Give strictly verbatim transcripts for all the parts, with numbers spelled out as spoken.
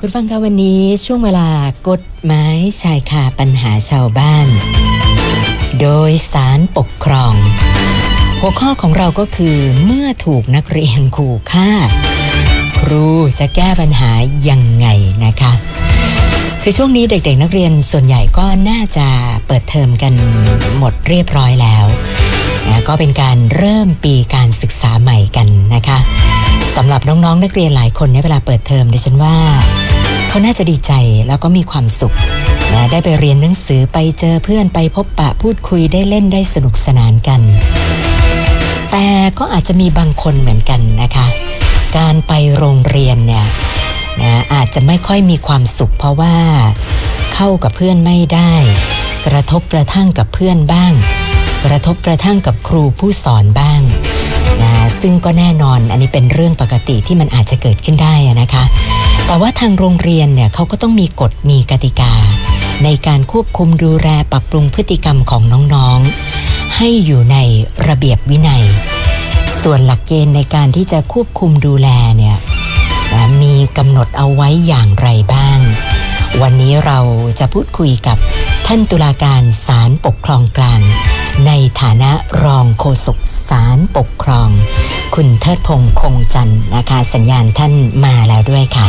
คุณฟังคะวันนี้ช่วงเวลากฎหมายชายคาปัญหาชาวบ้านโดยศาลปกครองหัวข้อของเราก็คือเมื่อถูกนักเรียนขู่ฆ่าครูจะแก้ปัญหายังไงนะคะคือช่วงนี้เด็กๆนักเรียนส่วนใหญ่ก็น่าจะเปิดเทอมกันหมดเรียบร้อยแล้วนะก็เป็นการเริ่มปีการศึกษาใหม่กันนะคะสำหรับน้องๆนักเรียนหลายคนเนี่ยเวลาเปิดเทอมดิฉันว่าเขาน่าจะดีใจแล้วก็มีความสุขนะได้ไปเรียนหนังสือไปเจอเพื่อนไปพบปะพูดคุยได้เล่นได้สนุกสนานกันแต่ก็อาจจะมีบางคนเหมือนกันนะคะการไปโรงเรียนเนี่ยนะอาจจะไม่ค่อยมีความสุขเพราะว่าเข้ากับเพื่อนไม่ได้กระทบกระทั่งกับเพื่อนบ้างกระทบกระทั่งกับครูผู้สอนบ้างนะซึ่งก็แน่นอนอันนี้เป็นเรื่องปกติที่มันอาจจะเกิดขึ้นได้นะคะแต่ว่าทางโรงเรียนเนี่ยเขาก็ต้องมีกฎมีกติกาในการควบคุมดูแลปรับปรุงพฤติกรรมของน้องๆให้อยู่ในระเบียบวินัยส่วนหลักเกณฑ์ในการที่จะควบคุมดูแลเนี่ยมีกำหนดเอาไว้อย่างไรบ้างวันนี้เราจะพูดคุยกับท่านตุลาการศาลปกครองกลางในฐานะรองโฆษกศาลปกครองคุณเทิดพงษ์คงจันทร์นะคะสัญญาณท่านมาแล้วด้วยค่ะ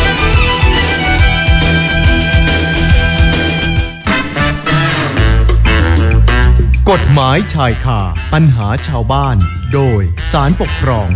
กฎหมายชายคาปัญหาชาวบ้านโดยศาลปกครอง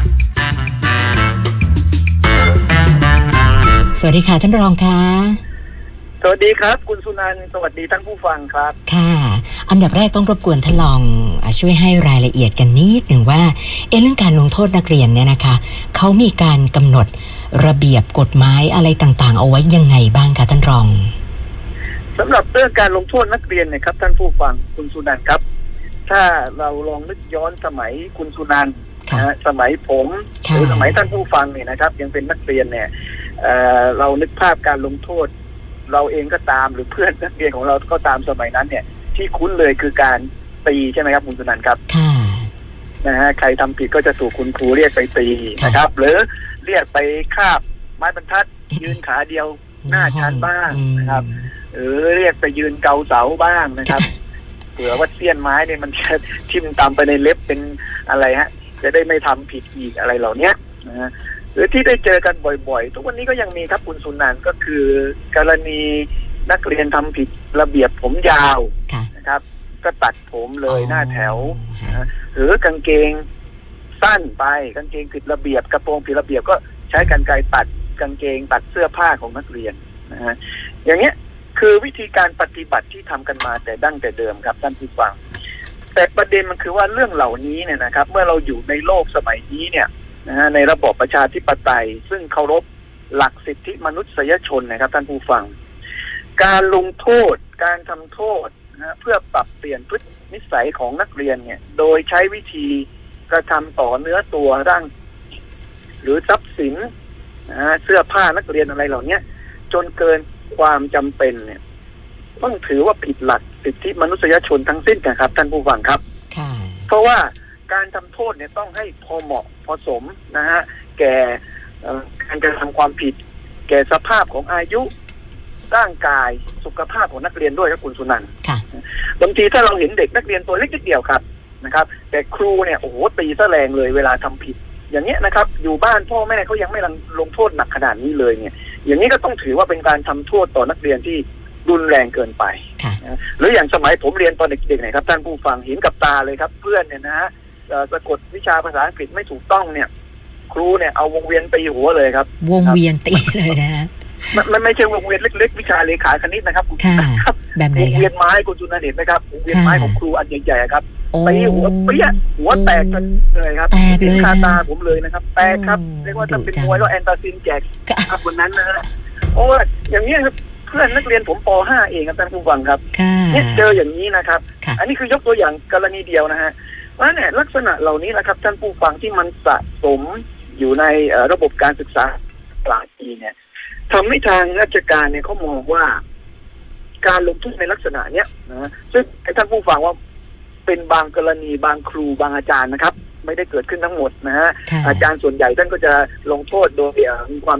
สวัสดีค่ะท่านรองค่ะสวัสดีครับคุณสุนันท์สวัสดีท่านผู้ฟังครับค่ะอันดับแรกต้องรบกวนท่านรองช่วยให้รายละเอียดกันนิดหนึ่งว่าเอเรื่องการลงโทษนักเรียนเนี่ยนะคะเขามีการกำหนดระเบียบกฎหมายอะไรต่างๆเอาไว้ยังไงบ้างคะท่านรองสำหรับเรื่องการลงโทษนักเรียนเนี่ยครับท่านผู้ฟังคุณสุนันท์ครับถ้าเราลองนึกย้อนสมัยคุณสุนันท์นะสมัยผมหรือสมัยท่านผู้ฟังเนี่ยนะครับยังเป็นนักเรียนเนี่ย เอ่อ เรานึกภาพการลงโทษเราเองก็ตามหรือเพื่อนนักเรียนของเราก็ตามสมัยนั้นเนี่ยที่คุ้นเลยคือการตีใช่ไหมครับคุณสุนันท์ครับนะฮะใครทำผิดก็จะถูกคุณครูเรียกไปตีนะครับหรือเรียกไปคาบไม้บรรทัดยืนขาเดียวหน้าชั้นบ้างนะครับหรือเรียกไปยืนเกาเสาบ้างนะครับเผื่อว่าเสี้ยนไม้เนี่ยมันจะทิ่มตามไปในเล็บเป็นอะไรฮะจะได้ไม่ทำผิดอีกอะไรเหล่านี้นะฮะหรือที่ได้เจอกันบ่อยๆทุกวันนี้ก็ยังมีครับคุณสุนันท์ก็คือกรณีนักเรียนทำผิดระเบียบผมยาวนะครับก็ตัดผมเลยหน้าแถวนะหรือกางเกงสั้นไปกางเกงผิดระเบียบกระโปรงผิดระเบียบก็ใช้กรรไกรตัดกางเกงตัดเสื้อผ้าของนักเรียนนะฮะอย่างเงี้ยคือวิธีการปฏิบัติที่ทำกันมาแต่ดั้งแต่เดิมครับท่านผู้ฟังแต่ประเด็นมันคือว่าเรื่องเหล่านี้เนี่ยนะครับเมื่อเราอยู่ในโลกสมัยนี้เนี่ยนะฮะในระบอบประชาธิปไตยซึ่งเคารพหลักสิทธิมนุษยชนนะครับท่านผู้ฟังการลงโทษการทำโทษนะเพื่อปรับเปลี่ยนพฤตินิสัยของนักเรียนเนี่ยโดยใช้วิธีกระทำต่อเนื้อตัวร่างหรือทรัพย์สินนะเสื้อผ้านักเรียนอะไรเหล่านี้จนเกินความจำเป็นเนี่ยต้องถือว่าผิดหลักสิทธิมนุษยชนทั้งสิ้นนะครับท่านผู้ฟังครับเพราะว่าการทำโทษเนี่ยต้องให้พอเหมาะพอสมนะฮะแก่การกระทำความผิดแก่สภาพของอายุร่างกายสุขภาพของนักเรียนด้วยครับคุณสุนันท์บางทีถ้าเราเห็นเด็กนักเรียนตัวเล็กนิดเดียวครับนะครับแต่ครูเนี่ยโอ้โหตีซะแรงเลยเวลาทำผิดอย่างเงี้ยนะครับอยู่บ้านพ่อแม่เขายังไม่ลงโทษหนักขนาดนี้เลยเนี่ยอย่างนี้ก็ต้องถือว่าเป็นการทำโทษต่อนักเรียนที่รุนแรงเกินไปหรืออย่างสมัยผมเรียนตอนเด็กๆเนี่ยครับท่านผู้ฟังเห็นกับตาเลยครับเพื่อนเนี่ยนะฮะสะกดวิชาภาษาอังกฤษไม่ถูกต้องเนี่ยครูเนี่ยเอาวงเวียนตีหัวเลยครับวงเวียนตีเลยนะมันไม่ใช่วงเวียนเล็กๆวิชาเลขาคณิตนะครับคุณครับแบบไหนวงเวียนไม้คุณจุนันท์เห็นไหมครับวงเวียนไม้ของครูอันใหญ่ๆครับตีหัวเปี้ยหัวแตกกันเลยครับแตกเลยคาตาผมเลยนะครับแตกครับเรียกว่าถ้าเป็นมวยแล้วแอนตาซินแจกครับวันนั้นนะโอ้อย่างนี้ครับเพื่อนนักเรียนผมป .ห้า เองครับท่านผู้ฟังครับเนี่ยเจออย่างนี้นะครับอันนี้คือยกตัวอย่างกรณีเดียวนะฮะว่าเนี่ยลักษณะเหล่านี้นะครับท่านผู้ฟังที่มันสะสมอยู่ในระบบการศึกษาหลายปีเนี่ยทำให้ทางราชการเนี่ยเขามองว่าการลงโทษในลักษณะเนี้ยนะซึ่งท่านผู้ฟังว่าเป็นบางกรณีบางครูบางอาจารย์นะครับไม่ได้เกิดขึ้นทั้งหมดนะฮะอาจารย์ส่วนใหญ่ท่านก็จะลงโทษโดยมีความเมต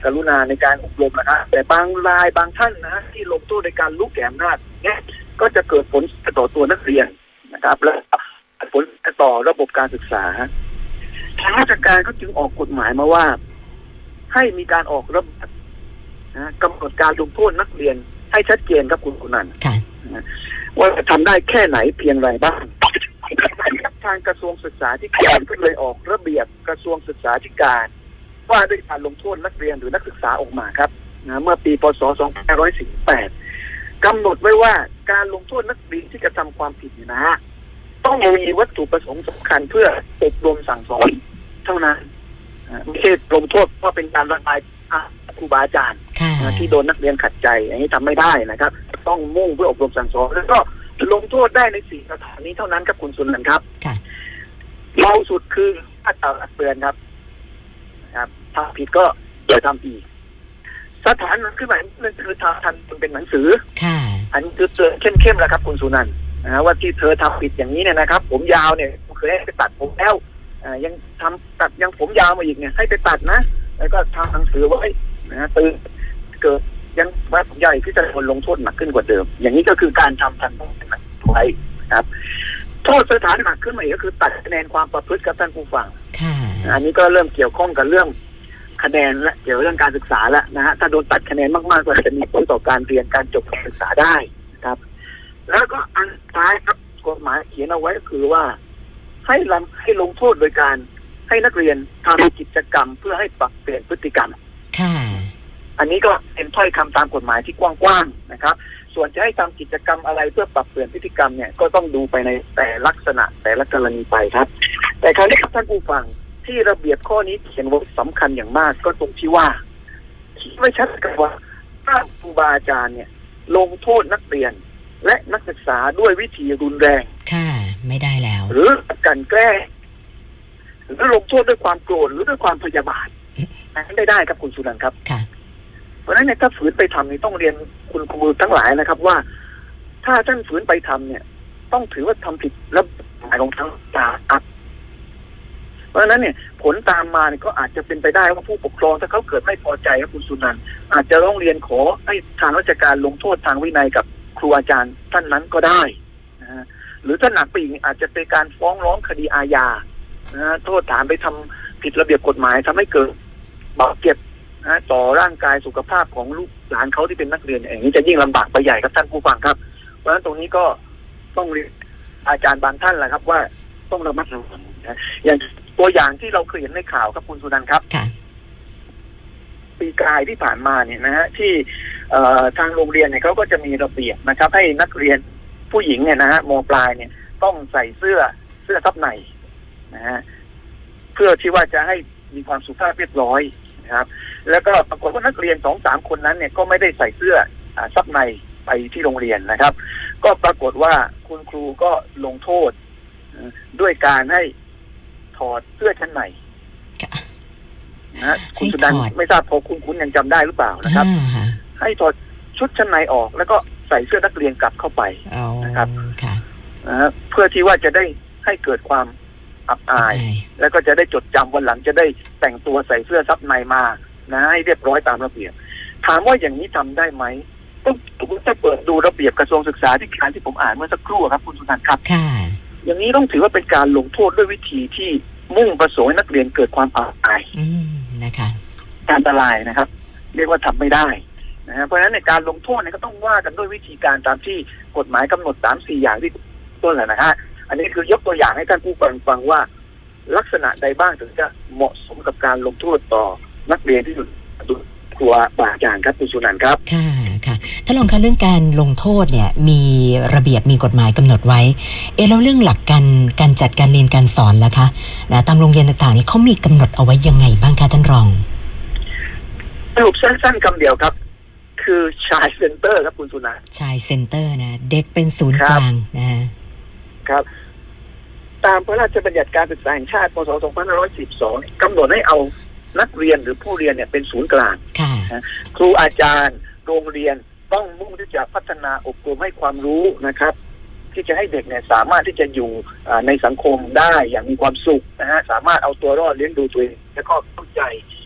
กรุณาในการอบรมนะครับแต่บางรายบางท่านนะที่ลงโทษในการลุกแก่อำนาจเนี่ยก็จะเกิดผลต่อตัวนักเรียนนะครับและผลต่อระบบการศึกษาทางราชการก็จึงออกกฎหมายมาว่าให้มีการออกระเบียบนะกำหนดการลงโทษนักเรียนให้ชัดเจนครับคุณคุณนันท์ว่าจะทำได้แค่ไหนเพียงไรบ้างทางกระทรวงศึกษาธิการก็เลยออกระเบียบกระทรวงศึกษาธิการว่าด้วยการลงโทษนักเรียนหรือนักศึกษาออกมาครับนะเมื่อปีพ.ศ. สองพันห้าร้อยสี่สิบแปดกำหนดไว้ว่าการลงโทษนักเรียนที่กระทำความผิดเนี่ยนะฮะต้องมีวัตถุประสงค์สำคัญเพื่ออบรมสั่งสอนเท่านั้นไม่ใช่ลงโทษเพราะเป็นการระบายครูบาอาจารย์ที่โดนนักเรียนขัดใจอย่างนี้ทำไม่ได้นะครับต้องมุ่งเพื่ออบรมสั่งสอนแล้วก็ลงโทษได้ในสี่สถานนี้เท่านั้นครับคุณสุนันท์ครับเบาสุดคือถ้าตักเตือนครับครับทำผิดก็อย่าทำอีกสถานนั้นคือหมายนั่นคือทำทันเป็นหนังสืออันคือเตือนเข้มๆแล้วครับคุณสุนันท์นะว่าที่เธอทำผิดอย่างนี้เนี่ยนะครับผมยาวเนี่ยเคยให้ไปตัดผมแล้วยังทำตัดยังผมยาวมาอีกเนี่ยให้ไปตัดนะแล้วก็ทำหนังสือไว้นะตื่นเกิดยังว่าผมใหญ่ที่จะโดนลงโทษหนักขึ้นกว่าเดิมอย่างนี้ก็คือการทำทันเป็นหนังสือไว้ครับโทษสถานหนักขึ้นมาอีกก็คือตัดคะแนนความประพฤติกับท่านผู้ฟังอันนี้ก็เริ่มเกี่ยวข้องกับเรื่องคะแนนและเกี่ยวกับเรื่องการศึกษาแล้วนะฮะถ้าโดนตัดคะแนนมากๆก็จะมีผลต่อการเรียนการจบการศึกษาได้ครับแล้วก็อันท้ายครับกฎหมายเขียนเอาไว้ก็คือว่าให้ลำให้ลงโทษโดยการให้นักเรียนทำกิจกรรมเพื่อให้ปรับเปลี่ยนพฤติกรรมอันนี้ก็เป็นถ้อยคำตามกฎหมายที่กว้างๆนะครับส่วนจะให้ทำกิจกรรมอะไรเพื่อปรับเปลี่ยนพฤติกรรมเนี่ยก็ต้องดูไปในแต่ลักษณะแต่ละกรณีไปครับแต่คราวนี้ครับท่านผู้ฟังที่ระเบียบข้อนี้เขียนไว้สำคัญอย่างมากก็ตรงที่ว่าคิดไว้ชัดกันว่าถ้าครูบาอาจารย์เนี่ยลงโทษนักเรียนและนักศึกษาด้วยวิธีรุนแรงค่ะไม่ได้แล้วหรือกันแกล้งหรือลงโทษด้วยความโกรธหรือด้วยความพยาบาทนั้นได้ได้ครับคุณสุนันท์ครับค่ะเพราะฉะนั้นเนี่ยถ้าฝืนไปทำนี่ต้องเรียนคุณครูทั้งหลายนะครับว่าถ้าท่านฝืนไปทำเนี่ยต้องถือว่าทำผิดแล้วหมายลงทั้งตาอัดเพราะฉะนั้นเนี่ยผลตามมาเนี่ยก็อาจจะเป็นไปได้ว่าผู้ปกครองถ้าเขาเกิดไม่พอใจครับคุณสุนันท์อาจจะร้องเรียนขอให้ทางราชการลงโทษทางวินัยกับครูอาจารย์ท่านนั้นก็ได้นะหรือถ้าหนักไปอีกอาจจะเป็นการฟ้องร้องคดีอาญานะโทษฐานไปทำผิดระเบียบกฎหมายทำให้เกิดบาดเจ็บนะต่อร่างกายสุขภาพของลูกหลานเขาที่เป็นนักเรียนอย่างนี้จะยิ่งลำบากไปใหญ่ครับท่านผู้ฟังครับเพราะฉะนั้นตรงนี้ก็ต้องเรียนอาจารย์บางท่านแหละครับว่าต้องระมัดระวังนะอย่างตัวอย่างที่เราเคยเห็นในข่าวครับคุณสุนันท์ครับปีกายที่ผ่านมาเนี่ยนะฮะที่ทางโรงเรียนเนี่ยเขาก็จะมีระเบียบนะครับให้นักเรียนผู้หญิงเนี่ยนะฮะม.ปลายเนี่ยต้องใส่เสื้อเสื้อซับในนะฮะเพื่อที่ว่าจะให้มีความสุภาพเรียบร้อยนะครับแล้วก็ปรากฏว่านักเรียนสองสามคนนั้นเนี่ยก็ไม่ได้ใส่เสื้อซับในไปที่โรงเรียนนะครับก็ปรากฏว่าคุณครูก็ลงโทษด้วยการให้ถอดเสื้อชั้นในนะคุณสุนันท์ไม่ทราบพอคุณคุณยังจำได้หรือเปล่านะครับให้ถอดชุดชั้นในออกแล้วก็ใส่เสื้อนักเรียนกลับเข้าไปนะครับนะเพื่อที่ว่าจะได้ให้เกิดความอับอายแล้วก็จะได้จดจำวันหลังจะได้แต่งตัวใส่เสื้อซับในมานะให้เรียบร้อยตามระเบียบถามว่าอย่างนี้ทำได้ไหมต้องผมจะเปิดดูระเบียบกระทรวงศึกษาธิการที่ผมอ่านเมื่อสักครู่ครับคุณสุนันท์ครับอย่างนี้ต้องถือว่าเป็นการลงโทษด้วยวิธีที่มุ่งประสงค์ให้นักเรียนเกิดความอับอายนะคะอันตรายนะครับเรียกว่าทำไม่ได้นะฮะเพราะฉะนั้นในการลงโทษเนี่ยก็ต้องว่ากันด้วยวิธีการตามที่กฎหมายกำหนดสามสี่อย่างที่ต้นแหละนะฮะอันนี้คือยกตัวอย่างให้ท่านผู้ฟังฟังว่าลักษณะใดบ้างถึงจะเหมาะสมกับการลงโทษต่อนักเรียนที่อยู่ครูบาอาจารย์ครับคุณสุนันท์ครับค่ะค่ะถ้าลองคะเรื่องการลงโทษเนี่ยมีระเบียบมีกฎหมายกำหนดไว้เอ๊ะแล้วเรื่องหลักการการจัดการเรียนการสอนล่ะคะนะตามโรงเรียนต่างๆนี่เขามีกำหนดเอาไว้ยังไงบ้างคะท่านรองสรุปสั้นๆคำเดียวครับคือชายเซ็นเตอร์ครับคุณสุนันท์ชายเซ็นเตอร์นะเด็กเป็นศูนย์กลางนะครับตามพระราชบัญญัติการศึกษาแห่งชาติพ.ศ. สองพันห้าร้อยสิบสองกำหนดให้เอานักเรียนหรือผู้เรียนเนี่ยเป็นศูนย์กลางครูอาจารย์โรงเรียนต้องมุ่งที่จะพัฒนาอบรมให้ความรู้นะครับที่จะให้เด็กเนี่ยสามารถที่จะอยู่ในสังคมได้อย่างมีความสุขนะฮะสามารถเอาตัวรอดเลี้ยงดูตัวเองและก็เข้าใจ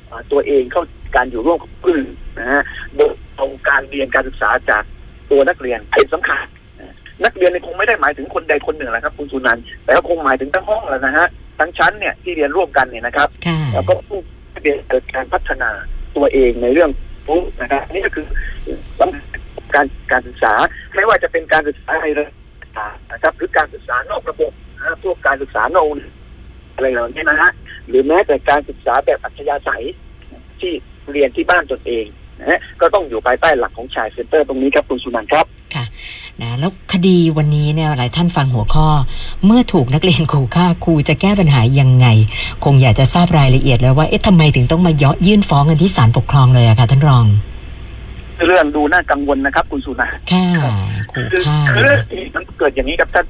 ตัวเองเข้าการอยู่ร่วมกับผู้อื่นนะฮะโดยเอาการเรียนการศึกษาจากตัวนักเรียนเป็นสำคัญนักเรียนเนี่ยคงไม่ได้หมายถึงคนใดคนหนึ่งแหละครับคุณสุนันท์แต่ก็คงหมายถึงทั้งห้องแล้วนะฮะทั้งชั้นเนี่ยที่เรียนร่วมกันเนี่ยนะครับแล้วก็ผู้เรียนเกิดการพัฒนาตัวเองในเรื่องรู้นะครับนี่ก็คือการการศึกษาไม่ว่าจะเป็นการศึกษาในระดับนะครับหรือการศึกษานอกระบบนะพวกการศึกษานอกอะไรเหล่านี้นะฮะหรือแม้แต่การศึกษาแบบอัธยาศัยที่เรียนที่บ้านตนเองนะก็ต้องอยู่ภายใต้หลักของชายเซ็นเตอร์ตรงนี้ครับคุณสุนันท์ครับค่ะนะแล้วคดีวันนี้เนี่ยหลายท่านฟังหัวข้อเมื่อถูกนักเรียนขู่ฆ่าครูจะแก้ปัญหายังไงคงอยากจะทราบรายละเอียดแล้วว่าเอ๊ะทำไมถึงต้องมายื่นฟ้องกันที่ศาลปกครองเลยอะค่ะท่านรองเรื่องดูน่ากังวลนะครับคุณสุนันท์ค่ะขู่ฆ่าคือเรื่องที่มันเกิดอย่างนี้ครับท่าน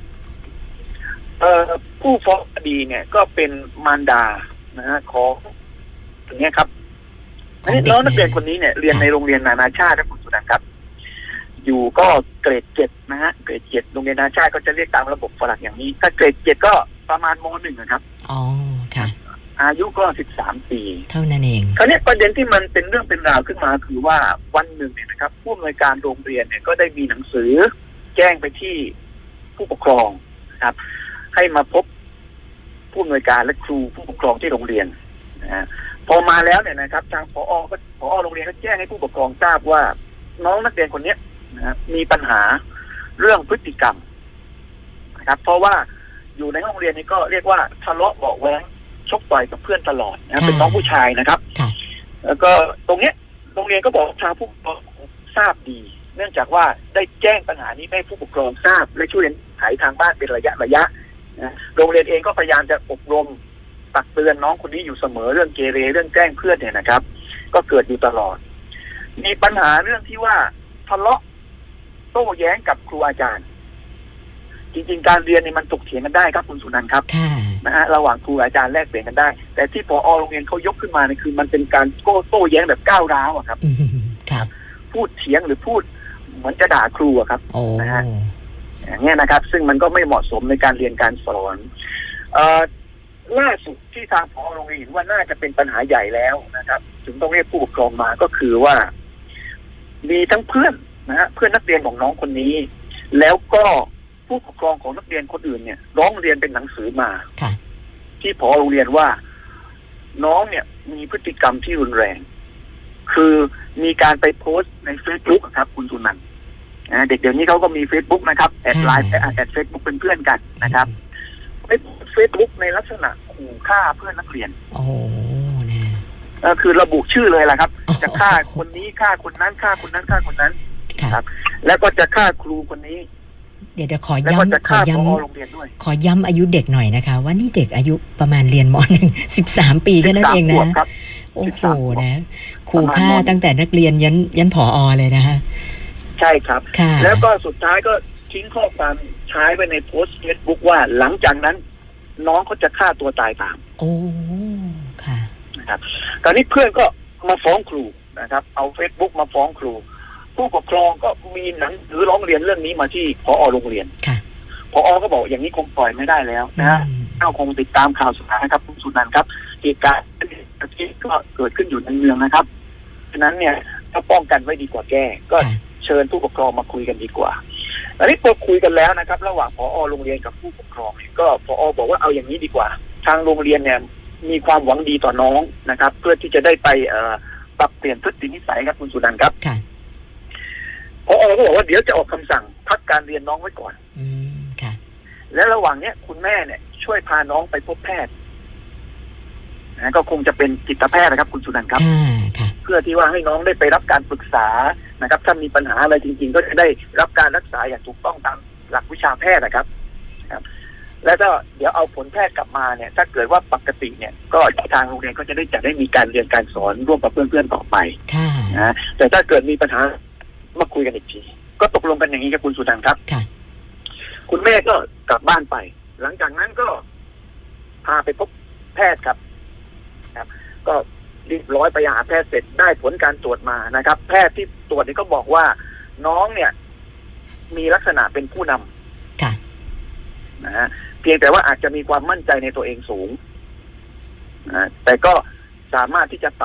ผู้ฟ้องคดีเนี่ยก็เป็นมารดานะฮะของอย่างนี้ครับน้องนักเรียนคนนี้เนี่ยเรียนในโรงเรียนนานาชาตินะคุณสุนันท์ครับอยู่ก็เกรดเจ็ดนะฮะเกรดเจ็ดโรงเรียนนานาชาติก็จะเรียกตามระบบฝรั่งอย่างนี้ถ้าเกรดเจ็ดก็ประมาณมหนึ่งนะครับอ๋อค่ะอายุก็สิบสามปีเท่านั้นเองคราวนี้ประเด็นที่มันเป็นเรื่องเป็นราวขึ้นมาคือว่าวันหนึ่งเนี่ยนะครับผู้อำนวยการโรงเรียนเนี่ยก็ได้มีหนังสือแจ้งไปที่ผู้ปกครองนะครับให้มาพบผู้อำนวยการและครูผู้ปกครองที่โรงเรียนนะพอมาแล้วเนี่ยนะครับทางผอก็ผอโรงเรียนก็แจ้งให้ผู้ปกครองทราบว่าน้องนักเรียนคนนี้นะมีปัญหาเรื่องพฤติกรรมนะครับเพราะว่าอยู่ในห้องเรียนนี้ก็เรียกว่าทะเลาะเบาะแว้งชกต่อยกับเพื่อนตลอดนะเป็นน้องผู้ชายนะครับแล้วก็ตรงเนี้ยโรงเรียนก็บอกทางผู้ปกครองทราบดีเนื่องจากว่าได้แจ้งปัญหานี้ให้ผู้ปกครองทราบและช่วยเรียนไขทางบ้านเป็นระยะระยะนะโรงเรียนเองก็พยายามจะอบรมตักเตือนน้องคนนี้อยู่เสมอเรื่องเกเรเรื่องแกล้งเพื่อนเนี่ยนะครับก็เกิดอยู่ตลอดมีปัญหาเรื่องที่ว่าทะเลาะโต้แย้งกับครูอาจารย์จริงๆการเรียนนี่มันถกเถียงกันได้ครับคุณสุนันท์ครับนะฮะระหว่างครูอาจารย์แลกเปลี่ยนกันได้แต่ที่ผอโรงเรียนเขายกขึ้นมาเนี่ยคือมันเป็นการโต้แย้งแบบก้าวร้าวอะครับพูดเถียงหรือพูดเหมือนจะด่าครูอะครับนะฮะอย่างเงี้ยนะครับซึ่งมันก็ไม่เหมาะสมในการเรียนการสอนเอ่อล่าสุดที่ทางผอโรงเรียนเห็นว่าน่าจะเป็นปัญหาใหญ่แล้วนะครับถึงต้องเรียกผู้ปกครองมาก็คือว่ามีทั้งเพื่อนนะฮะเพื่อนนักเรียนของน้องคนนี้แล้วก็ผู้ปกครองของนักเรียนคนอื่นเนี่ยร้องเรียนเป็นหนังสือมาที่ผอโรงเรียนว่าน้องเนี่ยมีพฤติกรรมที่รุนแรงคือมีการไปโพสต์ใน Facebook ครับคุณสุนันท์เด็กเดี๋ยวนี้เขาก็มี Facebook นะครับแอดไลน์แอด Facebook เป็นเพื่อนกันนะครับไปโพสต์ Facebook ในลักษณะขู่ฆ่าเพื่อนนักเรียนโอ้เนี่ยคือระบุชื่อเลยแหละครับจะฆ่าคนนี้ฆ่าคนนั้นฆ่าคนนั้นฆ่าคนนั้นครับแล้วก็จะฆ่าครูคนนี้เดี๋ยวขอย้ำขอย้ำขอย้ำอายุเด็กหน่อยนะคะว่านี่เด็กอายุประมาณเรียนม.หนึ่ง สิบสามปีแค่นั้นเองนะโอ้โหนะครูฆ่าตั้งแต่นักเรียนยันยันผอเลยนะฮะใช่ครับแล้วก็สุดท้ายก็ทิ้งข้อความใช้ไว้ในโพสต์เฟซบุ๊กว่าหลังจากนั้นน้องเขาจะฆ่าตัวตายตามโอ้ค่ะนะครับตอนนี้เพื่อนก็มาฟ้องครูนะครับเอาเฟซบุ๊กมาฟ้องครูผู้ปกครองก็มีหนังสือร้องเรียนเรื่องนี้มาที่ผอโรงเรียนผอก็บอกอย่างนี้คงปล่อยไม่ได้แล้วนะเอาคงติดตามข่าวสารนะครับคุณสุนันท์ครับเหตุการณ์ที่ก็เกิดขึ้นอยู่ในเมืองนะครับฉะนั้นเนี่ยถ้าป้องกันไว้ดีกว่าแก้ก็เชิญผู้ปกครองมาคุยกันดีกว่าอันนี้พอคุยกันแล้วนะครับระหว่างผอโรงเรียนกับผู้ปกครองก็ผอบอกว่าเอาอย่างนี้ดีกว่าทางโรงเรียนเนี่ยมีความหวังดีต่อน้องนะครับเพื่อที่จะได้ไปปรับเปลี่ยนพฤตินิสัยครับคุณสุนันท์ครับผอก็บอกว่าเดี๋ยวจะออกคำสั่งพักการเรียนน้องไว้ก่อนอืมค่ะและระหว่างเนี้ยคุณแม่เนี่ยช่วยพาน้องไปพบแพทย์นะก็คงจะเป็นจิตแพทย์นะครับคุณสุนันท์ครับเพื่อที่ว่าให้น้องได้ไปรับการปรึกษานะครับถ้ามีปัญหาอะไรจริงๆก็จะได้รับการรักษาอย่างถูกต้องตามหลักวิชาแพทย์นะครับครับแล้วก็เดี๋ยวเอาผลแพทย์กลับมาเนี่ยถ้าเกิดว่าปกติเนี่ยก็ทางโรงเรียนก็จะได้จัดให้มีการเรียนการสอนร่วมกับเพื่อนๆต่อไปนะแต่ถ้าเกิดมีปัญหามาคุยกันอีกทีก็ตกลงกันอย่างนี้กับคุณสุนันท์ครับคุณแม่ก็กลับบ้านไปหลังจากนั้นก็พาไปพบแพทย์ครับครับก็เรียบร้อยไปหาแพทย์เสร็จได้ผลการตรวจมานะครับแพทย์ที่ตรวจนี่ก็บอกว่าน้องเนี่ยมีลักษณะเป็นผู้นำนะฮะเพียงแต่ว่าอาจจะมีความมั่นใจในตัวเองสูงนะแต่ก็สามารถที่จะปรับ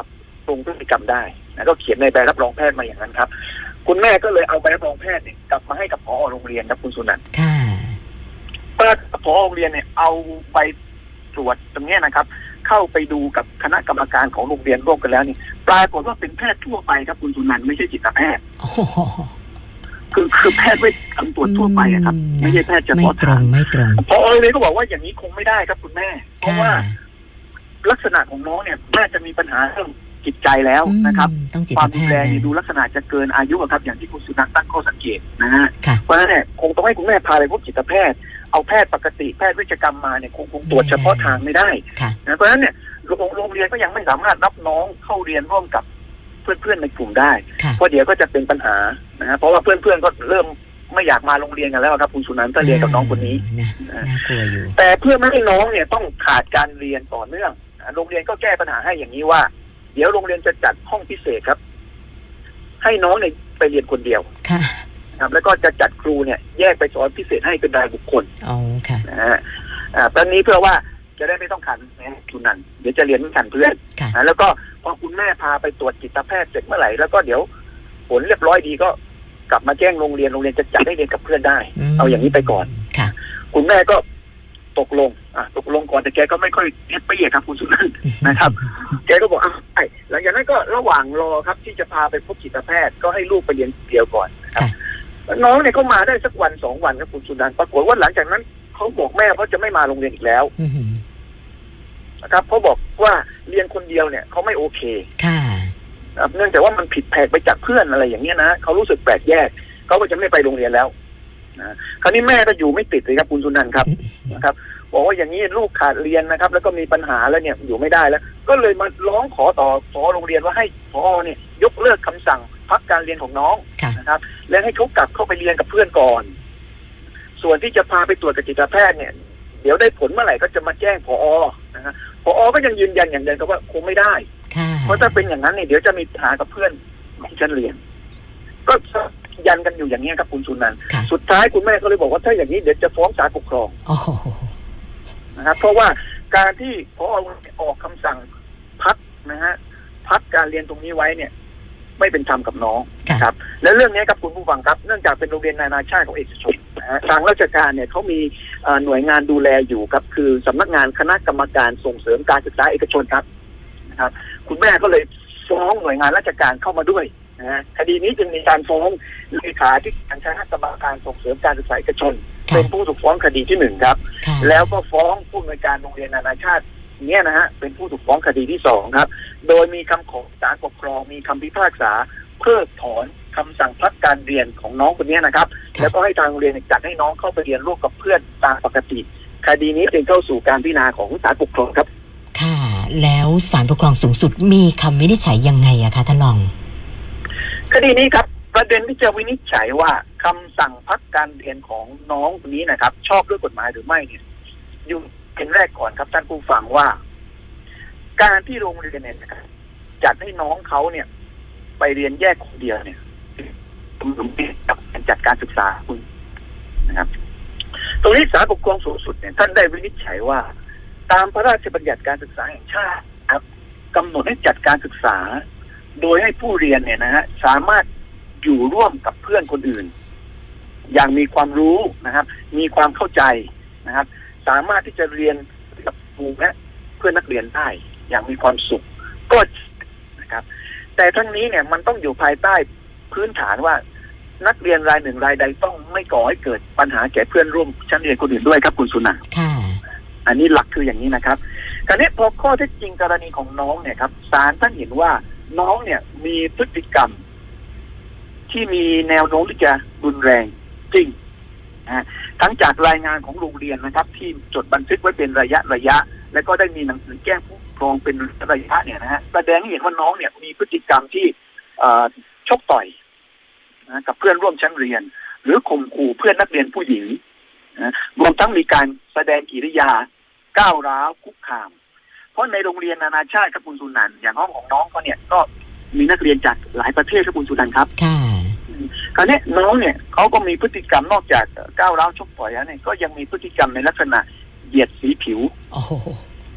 รุงพฤติกรรมได้นะก็เขียนในใบรับรองแพทย์มาอย่างนั้นครับคุณแม่ก็เลยเอาใบรับรองแพทย์เนี่ยกลับมาให้กับผอโรงเรียนครับคุณสุนันท์ค่ะปรากฏผอโรงเรียนเนี่ยเอาใบตรวจตรงนี้นะครับเข้าไปดูกับคณะกรรมการของโรงเรียนร่วมกันแล้วนี่ปรากฏว่าเป็นแพทย์ทั่วไปครับคุณสุนันท์ไม่ใช่จิตแพทย์คือคือแพทย์ไม่ทำตรวจทั่วไปครับไม่ใช่แพทย์เฉพาะทางไม่ตรงพอเลยก็บอกว่าอย่างนี้คงไม่ได้ครับคุณแม่เพราะว่าลักษณะของน้องเนี่ยน่าจะมีปัญหาเรื่องจิตใจแล้วนะครับความดูแลดูลักษณะจะเกินอายุครับอย่างที่คุณสุนันท์ตั้งข้อสังเกตนะฮะเพราะฉะนั้นเนี่ยคงต้องให้คุณแม่พาไปพบจิตแพทย์เอาแพทย์ปกติแพทย์วิชกรรมมาเนี่ยคงคงตรวจเฉพาะทางไม่ได้นะเพราะฉะนั้นเนี่ยโรงเรียนก็ยังไม่สามารถรับน้องเข้าเรียนร่วมกับเพื่อนๆในกลุ่มได้เพราะเดี๋ยวก็จะเป็นปัญหานะฮะเพราะว่าเพื่อนๆก็เริ่มไม่อยากมาโรงเรียนกันแล้วครับคุณสุนันท์ถ้าเรียนกับน้องคนนี้แต่เพื่อไม่ให้น้องเนี่ยต้องขาดการเรียนต่อเนื่องโรงเรียนก็แก้ปัญหาให้อย่างนี้ว่าเดี๋ยวโรงเรียนจะจัดห้องพิเศษครับให้น้องเนี่ยไปเรียนคนเดียวครับแล้วก็จะจัดครูเนี่ยแยกไปสอนพิเศษให้เป็นรายบุคคลอ๋อค่ะนะฮะอ่าตอนนี้เพื่อว่าจะได้ไม่ต้องขันนะคุณนันเดี๋ยวจะเรียนไม่ขันเพื่อนนะแล้วก็พอคุณแม่พาไปตรวจจิตแพทย์เสร็จเมื่อไหร่แล้วก็เดี๋ยวผลเรียบร้อยดีก็กลับมาแจ้งโรงเรียนโรงเรียนจะจัดให้เรียนกับเพื่อนได้เอาอย่างนี้ไปก่อนค่ะคุณแม่ก็ตกลงอ่ะตกลงก่อนแต่แกก็ไม่ค่อยแฮปปี้ครับคุณสุนันท์นะครับแกก็บอกอ่ะไอ้หลังจากนั้นก็ระหว่างรอครับที่จะพาไปพบจิตแพทย์ก็ให้ลูกไปเรียนเดียวก่อนนะครับน้องเนี่ยเขามาได้สักวันสองวันครับคุณสุนันท์ปรากฏว่าหลังจากนั้นเขาบอกแม่เขาจะไม่มาโรงเรียนอีกแล้วนะครับเขาบอกว่าเรียนคนเดียวเนี่ยเขาไม่โอเคค่ะเนื่องจากว่ามันผิดแผกไปจากเพื่อนอะไรอย่างเงี้ยนะเขารู้สึกแปลกแยกเขาก็จะไม่ไปโรงเรียนแล้วนะคราวนี้แม่ก็อยู่ไม่ติดเลยครับคุณสุนันท์ครับนะครับบอกว่าอย่างนี้ลูกขาดเรียนนะครับแล้วก็มีปัญหาแล้วเนี่ยอยู่ไม่ได้แล้วก็เลยมาร้องขอต่อผอโรงเรียนว่าให้ผอเนี่ยยกเลิกคำสั่งพักการเรียนของน้องนะครับและให้เขากลับเข้าไปเรียนกับเพื่อนก่อนส่วนที่จะพาไปตรวจกับจิตแพทย์เนี่ยเดี๋ยวได้ผลเมื่อไหร่ก็จะมาแจ้งผอนะครับผอก็ยังยืนยันอย่างเดิมครับว่าคงไม่ได้เพราะถ้าเป็นอย่างนั้นเนี่ยเดี๋ยวจะมีปัญหากับเพื่อนของฉันเรียนก็ยันกันอยู่อย่างนี้ครับคุณสุนันท์สุดท้ายคุณแม่ก็เลยบอกว่าถ้าอย่างนี้เดี๋ยวจะฟ้องศาลปกครองนะครับเพราะว่าการที่พอออกคำสั่งพักนะฮะพักการเรียนตรงนี้ไว้เนี่ยไม่เป็นธรรมกับน้องครับและเรื่องนี้ครับคุณผู้ฟังครับเนื่องจากเป็นโรงเรียนนานาชาติของเอกชนนะฮะทางราชการเนี่ยเขามีหน่วยงานดูแลอยู่ครับคือสำนักงานคณะกรรมการส่งเสริมการศึกษาเอกชนครับนะครับคุณแม่ก็เลยฟ้องหน่วยงานราชการเข้ามาด้วยนะฮะคดีนี้จึงมีการฟ้องเลขาธิการคณะกรรมการส่งเสริมการศึกษาเอกชนเป็นผู้ถูกฟ้องคดีที่หนึ่งครับแล้วก็ฟ้องผู้อำนวยการโรงเรียนนานาชาติเนี่ยนะฮะเป็นผู้ถูกฟ้องคดีที่สองครับโดยมีคำขอศาลปกครองมีคำพิพากษาเพิกถอนคำสั่งพักการเรียนของน้องคนนี้นะครับแล้วก็ให้ทางโรงเรียนจัดให้น้องเข้าไปเรียนร่วมกับเพื่อนตามปกติคดีนี้จึงเข้าสู่การพิจารณาของศาลปกครองครับค่ะแล้วศาลปกครองสูงสุดมีคำวินิจฉัยยังไงอะคะท่านรองคดีนี้ครับประเด็นที่จะวินิจฉัยว่าคำสั่งพักการเรียนของน้องคนนี้นะครับชอบด้วยกฎหมายหรือไม่เนี่ยอยู่เป็นแรกก่อนครับท่านผู้ฟังว่าการที่โรงเรียนเนี่ยนะครับจัดให้น้องเขาเนี่ยไปเรียนแยกคนเดียวเนี่ยผมกับการจัดการศึกษาคุณนะครับตรงนี้ศาลปกครองสูงสุดเนี่ยท่านได้วินิจฉัยว่าตามพระราชบัญญัติการศึกษาแห่งชาติครับกำหนดให้จัดการศึกษาโดยให้ผู้เรียนเนี่ยนะฮะสามารถอยู่ร่วมกับเพื่อนคนอื่นอย่างมีความรู้นะครับมีความเข้าใจนะครับสามารถที่จะเรียนกับครูและเพื่อนนักเรียนได้อย่างมีความสุขก็นะครับแต่ทั้งนี้เนี่ยมันต้องอยู่ภายใต้พื้นฐานว่านักเรียนรายหนึ่งรายใดต้องไม่ก่อให้เกิดปัญหาแก่เพื่อนร่วมชั้นเรียนคนอื่นด้วยครับคุณสุนันท์อันนี้หลักคืออย่างนี้นะครับคราวนี้พอข้อเท็จจริงกรณีของน้องเนี่ยครับศาลท่านเห็นว่าน้องเนี่ยมีพฤติกรรมที่มีแนวโน้มที่จะรุนแรงจริงนะทั้งจากรายงานของโรงเรียนนะครับที่จดบันทึกไว้เป็นระยะระยะและก็ได้มีหนังสือแจ้งผู้ปกครองเป็นระยะเนี่ยนะฮะแสดงให้เห็นว่าน้องเนี่ยมีพฤติกรรมที่ชกต่อยนะกับเพื่อนร่วมชั้นเรียนหรือข่มขู่เพื่อนนักเรียนผู้หญิงนะรวมทั้งมีการแสดงกิริยาก้าวร้าวคุกคามเพราะในโรงเรียนนานาชาติครับคุณสุนันท์อย่างห้องของน้องเขาเนี่ยก็มีนักเรียนจากหลายประเทศครับคุณสุนันท์ครับคราวนี้น้องเนี่ยเขาก็มีพฤติกรรมนอกจากก้าวร้าวชกต่อยแล้วเนี่ยก็ยังมีพฤติกรรมในลักษณะเหยียดสีผิว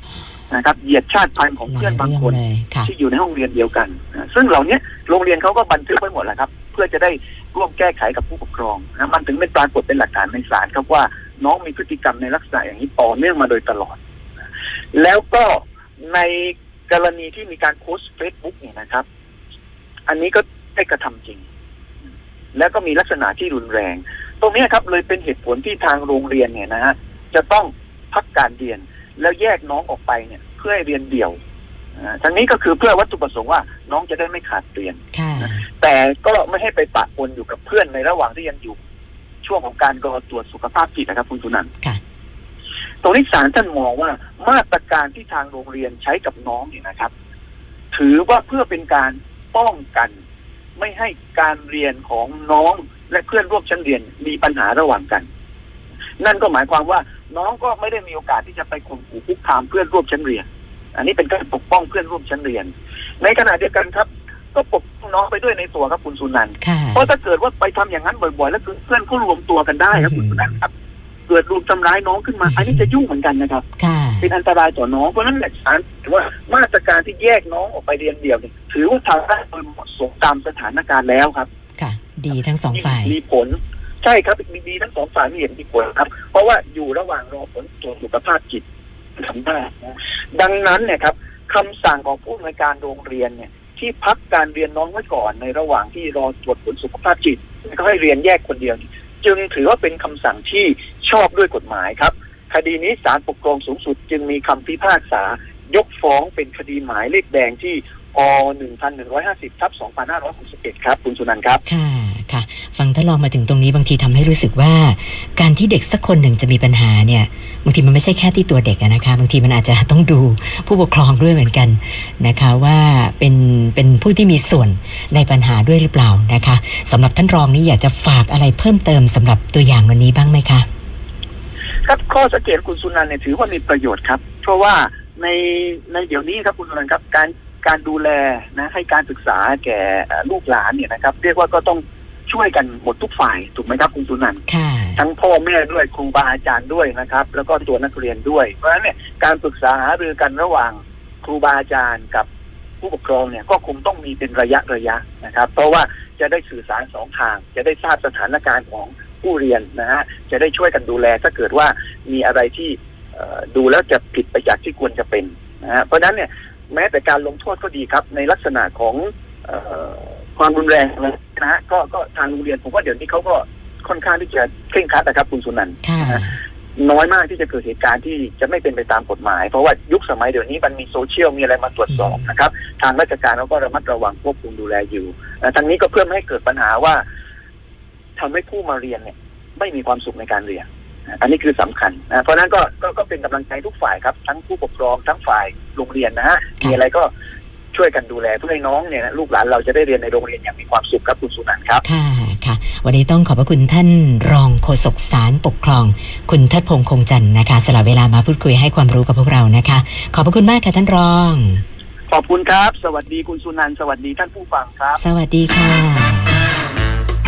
นะครับเหยียดชาติพันธุ์ของเพื่อนบางคนที่อยู่ในห้องเรียนเดียวกันซึ่งเหล่านี้โรงเรียนเขาก็บันทึกไว้หมดแหละครับเพื่อจะได้ร่วมแก้ไขกับผู้ปกครองนะมันถึงไม่ปรากฏเป็นหลักฐานในศาลครับว่าน้องมีพฤติกรรมในลักษณะอย่างนี้ต่อเนื่องมาโดยตลอดแล้วก็ในกรณีที่มีการโพสต์เฟซบุ๊กเนี่ยนะครับอันนี้ก็ได้กระทำจริงแล้วก็มีลักษณะที่รุนแรงตรงนี้ครับเลยเป็นเหตุผลที่ทางโรงเรียนเนี่ยนะฮะจะต้องพักการเรียนแล้วแยกน้องออกไปเนี่ยเพื่อให้เรียนเดี่ยวทั้งนี้ก็คือเพื่อวัตถุประสงค์ว่าน้องจะได้ไม่ขาดเรียนแต่ก็ไม่ให้ไปปะปนอยู่กับเพื่อนในระหว่างที่ยังอยู่ช่วงของการรอตรวจสุขภาพจิตนะครับคุณสุนันท์ตรงนี้ศาลท่านมองว่ามาตรการที่ทางโรงเรียนใช้กับน้องเนี่ยนะครับถือว่าเพื่อเป็นการป้องกันไม่ให้การเรียนของน้องและเพื่อนร่วมชั้นเรียนมีปัญหาระหว่างกันนั่นก็หมายความว่าน้องก็ไม่ได้มีโอกาสที่จะไปข่มขู่คุกคามเพื่อนร่วมชั้นเรียนอันนี้เป็นการปกป้องเพื่อนร่วมชั้นเรียนในขณะเดียวกันครับก็ปกป้องน้องไปด้วยในตัวครับคุณสุนันท์เพราะถ้าเกิดว่าไปทำอย่างนั้นบ่อยๆแล้วเพื่อนก็รวมตัวกันได้ครับคุณสุนันท์ครับเกิดรุมทำร้ายน้องขึ้นมาอันนี้จะยุ่งเหมือนกันนะครับเป็นอันตรายต่อน้องเพราะฉะนั้นศาลถือว่ามาตรการที่แยกน้องออกไปเรียนเดี่ยวเนี่ยถือว่าทำได้โดยเหมาะสมตามสถานการณ์แล้วครับค่ะดีทั้งสองฝ่ายมีผลใช่ครับมีดีทั้งสองฝ่ายมีเหตุมีผลครับเพราะว่าอยู่ระหว่างรอผลตรวจสุขภาพจิตทำได้ดังนั้นเนี่ยครับคำสั่งของผู้อำนวยการโรงเรียนเนี่ยที่พักการเรียนน้องไว้ก่อนในระหว่างที่รอตรวจผลสุขภาพจิตก็ให้เรียนแยกคนเดียวจึงถือว่าเป็นคำสั่งที่ชอบด้วยกฎหมายครับคดีนี้ศาลปกครองสูงสุดจึงมีคำพิพากษายกฟ้องเป็นคดีหมายเลขแดงที่อ หนึ่งพันหนึ่งร้อยห้าสิบ ทับ สองพันห้าร้อยหกสิบเอ็ด ครับคุณสุนันท์ครับค่ะค่ะฟังท่านรองมาถึงตรงนี้บางทีทำให้รู้สึกว่าการที่เด็กสักคนหนึ่งจะมีปัญหาเนี่ยบางทีมันไม่ใช่แค่ที่ตัวเด็กนะคะบางทีมันอาจจะต้องดูผู้ปกครองด้วยเหมือนกันนะคะว่าเป็นเป็นผู้ที่มีส่วนในปัญหาด้วยหรือเปล่านะคะสำหรับท่านรองนี้อยากจะฝากอะไรเพิ่มเติมสำหรับตัวอย่างวันนี้บ้างไหมคะครับข้อสังเกตคุณสุนันท์เนี่ยถือว่ามีประโยชน์ครับเพราะว่าในในเดี๋ยวนี้ครับคุณสุนันท์ครับการการดูแลนะให้การศึกษาแก่ลูกหลานเนี่ยนะครับเรียกว่าก็ต้องช่วยกันหมดทุกฝ่ายถูกไหมครับคุณสุนันท์ทั้งพ่อแม่ด้วยครูบาอาจารย์ด้วยนะครับแล้วก็ตัวนักเรียนด้วยเพราะฉะนั้นเนี่ยการปรึกษาหารือกันระหว่างครูบาอาจารย์กับผู้ปกครองเนี่ยก็คงต้องมีเป็นระยะระยะนะครับเพราะว่าจะได้สื่อสารสองทางจะได้ทราบสถานการณ์ของผู้เรียนนะฮะจะได้ช่วยกันดูแลถ้าเกิดว่ามีอะไรที่ดูแล้วจะผิดไปจากที่ควรจะเป็นนะฮะเพราะฉะนั้นเนี่ยแม้แต่การลงโทษก็ดีครับในลักษณะของเอ่อความรุนแรงนะฮะก็ก็ทางโรงเรียนผมว่าเดี๋ยวนี้เขาก็ค่อนข้างที่จะเคร่งครัดนะครับคุณสุนันท์น้อยมากที่จะเกิดเหตุการณ์ที่จะไม่เป็นไปตามกฎหมายเพราะว่ายุคสมัยเดี๋ยวนี้มันมีโซเชียลมีอะไรมาตรวจสอบนะครับทางราชการเขาก็ระมัดระวังควบคุมดูแลอยู่ทางนี้ก็เพื่อไม่ให้เกิดปัญหาว่าทำให้ผู้มาเรียนเนี่ยไม่มีความสุขในการเรียนอันนี้คือสำคัญนะเพราะนั้นก็ก็ก็เป็นกำลังใจทุกฝ่ายครับทั้งผู้ปกครองทั้งฝ่ายโรงเรียนนะฮะมีอะไรก็ช่วยกันดูแลเพื่อให้น้องเนี่ยลูกหลานเราจะได้เรียนในโรงเรียนอย่างมีความสุขครับคุณสุนันท์ครับค่ะค่ะวันนี้ต้องขอบพระคุณท่านรองโฆษกศาลปกครองคุณเทิดพงษ์คงจันทร์นะคะสละเวลามาพูดคุยให้ความรู้กับพวกเรานะคะขอบพระคุณมากค่ะท่านรองขอบคุณครับสวัสดีคุณสุนันท์สวัสดีท่านผู้ฟังครับสวัสดีค่ะ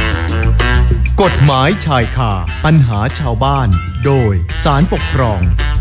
กฎหมายชายคาปัญหาชาวบ้านโดยศาลปกครอง